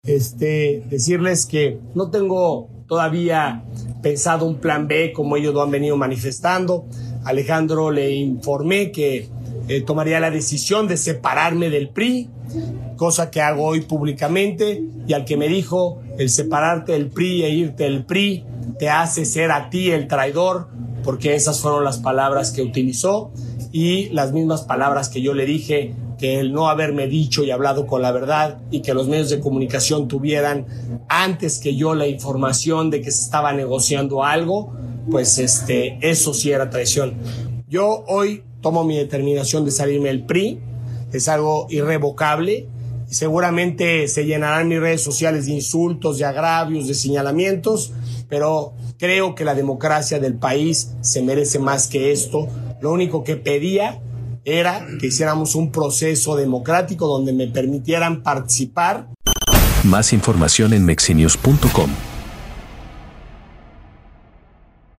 Decirles que no tengo todavía pensado un plan B como ellos lo han venido manifestando. Alejandro le informé que tomaría la decisión de separarme del PRI, cosa que hago hoy públicamente, y al que me dijo, el separarte del PRI e irte del PRI te hace ser a ti el traidor, porque esas fueron las palabras que utilizó y las mismas palabras que yo le dije, que el no haberme dicho y hablado con la verdad y que los medios de comunicación tuvieran antes que yo la información de que se estaba negociando algo, pues eso sí era traición. Yo hoy tomo mi determinación de salirme del PRI, es algo irrevocable y seguramente se llenarán mis redes sociales de insultos, de agravios, de señalamientos, pero creo que la democracia del país se merece más que esto. Lo único que pedía era que hiciéramos un proceso democrático donde me permitieran participar. Más información en mexinews.com.